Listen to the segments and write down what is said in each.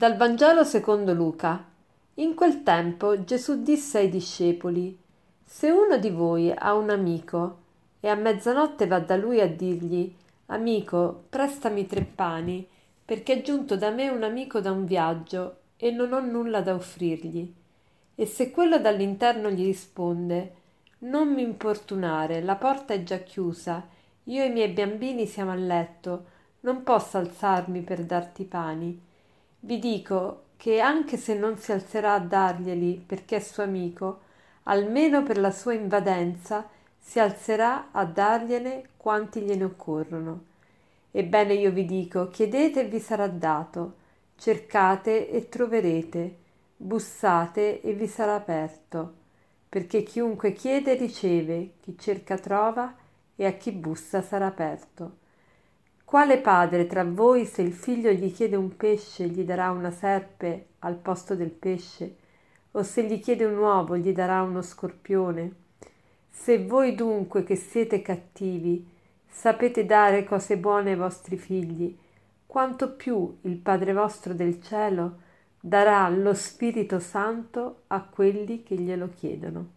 Dal Vangelo secondo Luca. In quel tempo Gesù disse ai discepoli: Se uno di voi ha un amico e a mezzanotte va da lui a dirgli: Amico, prestami 3 pani, perché è giunto da me un amico da un viaggio e non ho nulla da offrirgli. E se quello dall'interno gli risponde: Non mi importunare, la porta è già chiusa, io e i miei bambini siamo a letto, non posso alzarmi per darti i pani. Vi dico che anche se non si alzerà a darglieli perché è suo amico, almeno per la sua invadenza si alzerà a dargliene quanti gliene occorrono. Ebbene io vi dico, chiedete e vi sarà dato, cercate e troverete, bussate e vi sarà aperto, perché chiunque chiede riceve, chi cerca trova e a chi bussa sarà aperto. Quale padre tra voi, se il figlio gli chiede un pesce, gli darà una serpe al posto del pesce? O se gli chiede un uovo, gli darà uno scorpione? Se voi dunque, che siete cattivi, sapete dare cose buone ai vostri figli, quanto più il Padre vostro del cielo darà lo Spirito Santo a quelli che glielo chiedono.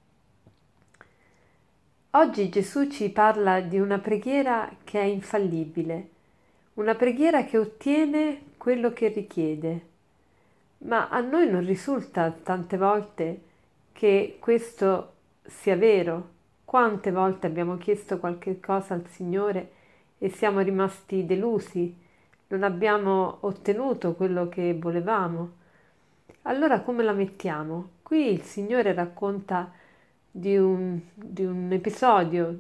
Oggi Gesù ci parla di una preghiera che è infallibile, una preghiera che ottiene quello che richiede, ma a noi non risulta tante volte che questo sia vero. Quante volte abbiamo chiesto qualche cosa al Signore e siamo rimasti delusi, non abbiamo ottenuto quello che volevamo. Allora come la mettiamo? Qui il Signore racconta di un episodio,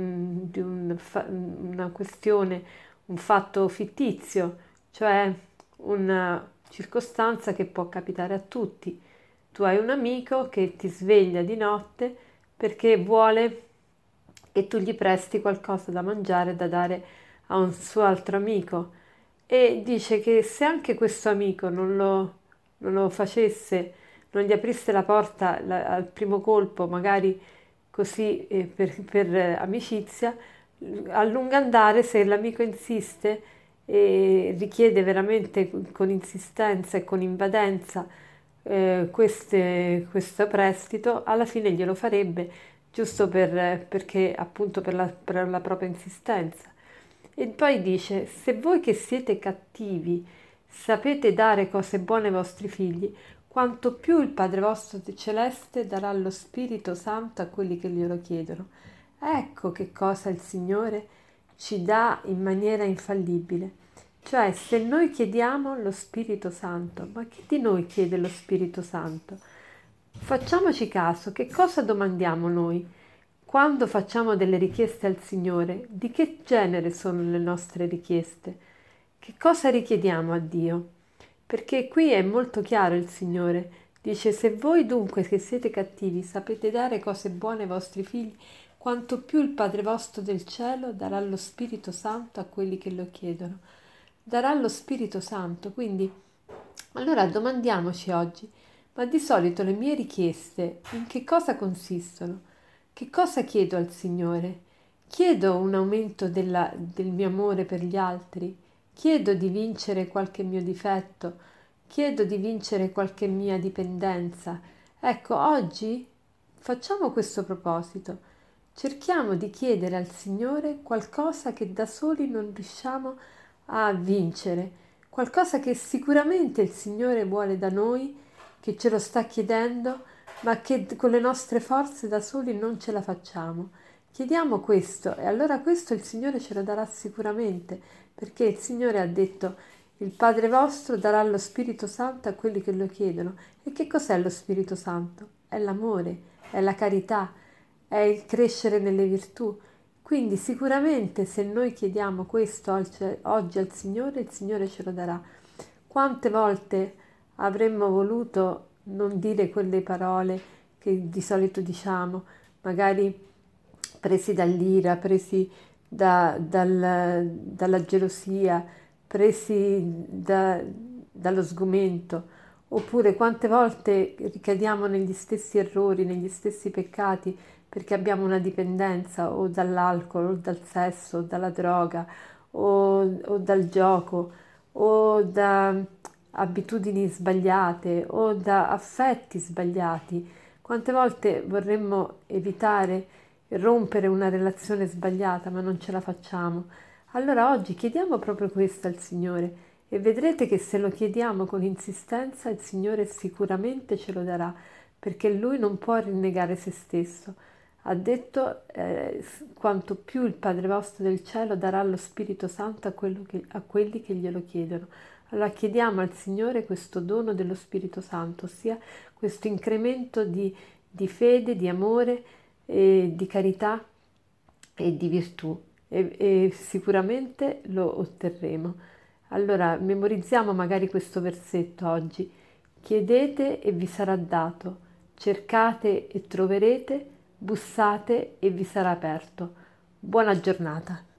una questione, un fatto fittizio, cioè una circostanza che può capitare a tutti. Tu hai un amico che ti sveglia di notte perché vuole che tu gli presti qualcosa da mangiare da dare a un suo altro amico e dice che se anche questo amico non lo facesse, non gli aprisse la porta al primo colpo, magari così per amicizia, a lungo andare, se l'amico insiste e richiede veramente con insistenza e con invadenza questo prestito, alla fine glielo farebbe giusto perché appunto per la propria insistenza. E poi dice, se voi che siete cattivi sapete dare cose buone ai vostri figli, quanto più il Padre vostro celeste darà lo Spirito Santo a quelli che glielo chiedono. Ecco che cosa il Signore ci dà in maniera infallibile. Cioè, se noi chiediamo lo Spirito Santo, ma chi di noi chiede lo Spirito Santo? Facciamoci caso, che cosa domandiamo noi? Quando facciamo delle richieste al Signore, di che genere sono le nostre richieste? Che cosa richiediamo a Dio? Perché qui è molto chiaro il Signore. Dice, se voi dunque che siete cattivi sapete dare cose buone ai vostri figli, quanto più il Padre vostro del cielo darà lo Spirito Santo a quelli che lo chiedono. Darà lo Spirito Santo, quindi allora domandiamoci oggi, ma di solito le mie richieste in che cosa consistono? Che cosa chiedo al Signore? Chiedo un aumento del mio amore per gli altri? Chiedo di vincere qualche mio difetto? Chiedo di vincere qualche mia dipendenza? Ecco, oggi facciamo questo proposito. Cerchiamo di chiedere al Signore qualcosa che da soli non riusciamo a vincere, qualcosa che sicuramente il Signore vuole da noi, che ce lo sta chiedendo, ma che con le nostre forze da soli non ce la facciamo. Chiediamo questo e allora questo il Signore ce lo darà sicuramente, perché il Signore ha detto il Padre vostro darà lo Spirito Santo a quelli che lo chiedono. E che cos'è lo Spirito Santo? È l'amore, è la carità, è il crescere nelle virtù. Quindi sicuramente se noi chiediamo questo oggi al Signore, il Signore ce lo darà. Quante volte avremmo voluto non dire quelle parole che di solito diciamo, magari presi dall'ira, presi dalla gelosia, presi dallo sgomento, oppure quante volte ricadiamo negli stessi errori, negli stessi peccati perché abbiamo una dipendenza o dall'alcol, o dal sesso, o dalla droga, o dal gioco, o abitudini sbagliate o da affetti sbagliati. Quante volte vorremmo evitare rompere una relazione sbagliata, ma non ce la facciamo. Allora oggi chiediamo proprio questo al Signore e vedrete che se lo chiediamo con insistenza il Signore sicuramente ce lo darà, perché Lui non può rinnegare se stesso. Ha detto quanto più il Padre vostro del cielo darà lo Spirito Santo a quelli che glielo chiedono. Allora chiediamo al Signore questo dono dello Spirito Santo, ossia questo incremento di fede, di amore, di carità e di virtù e sicuramente lo otterremo. Allora memorizziamo magari questo versetto oggi. Chiedete e vi sarà dato, cercate e troverete, bussate e vi sarà aperto. Buona giornata.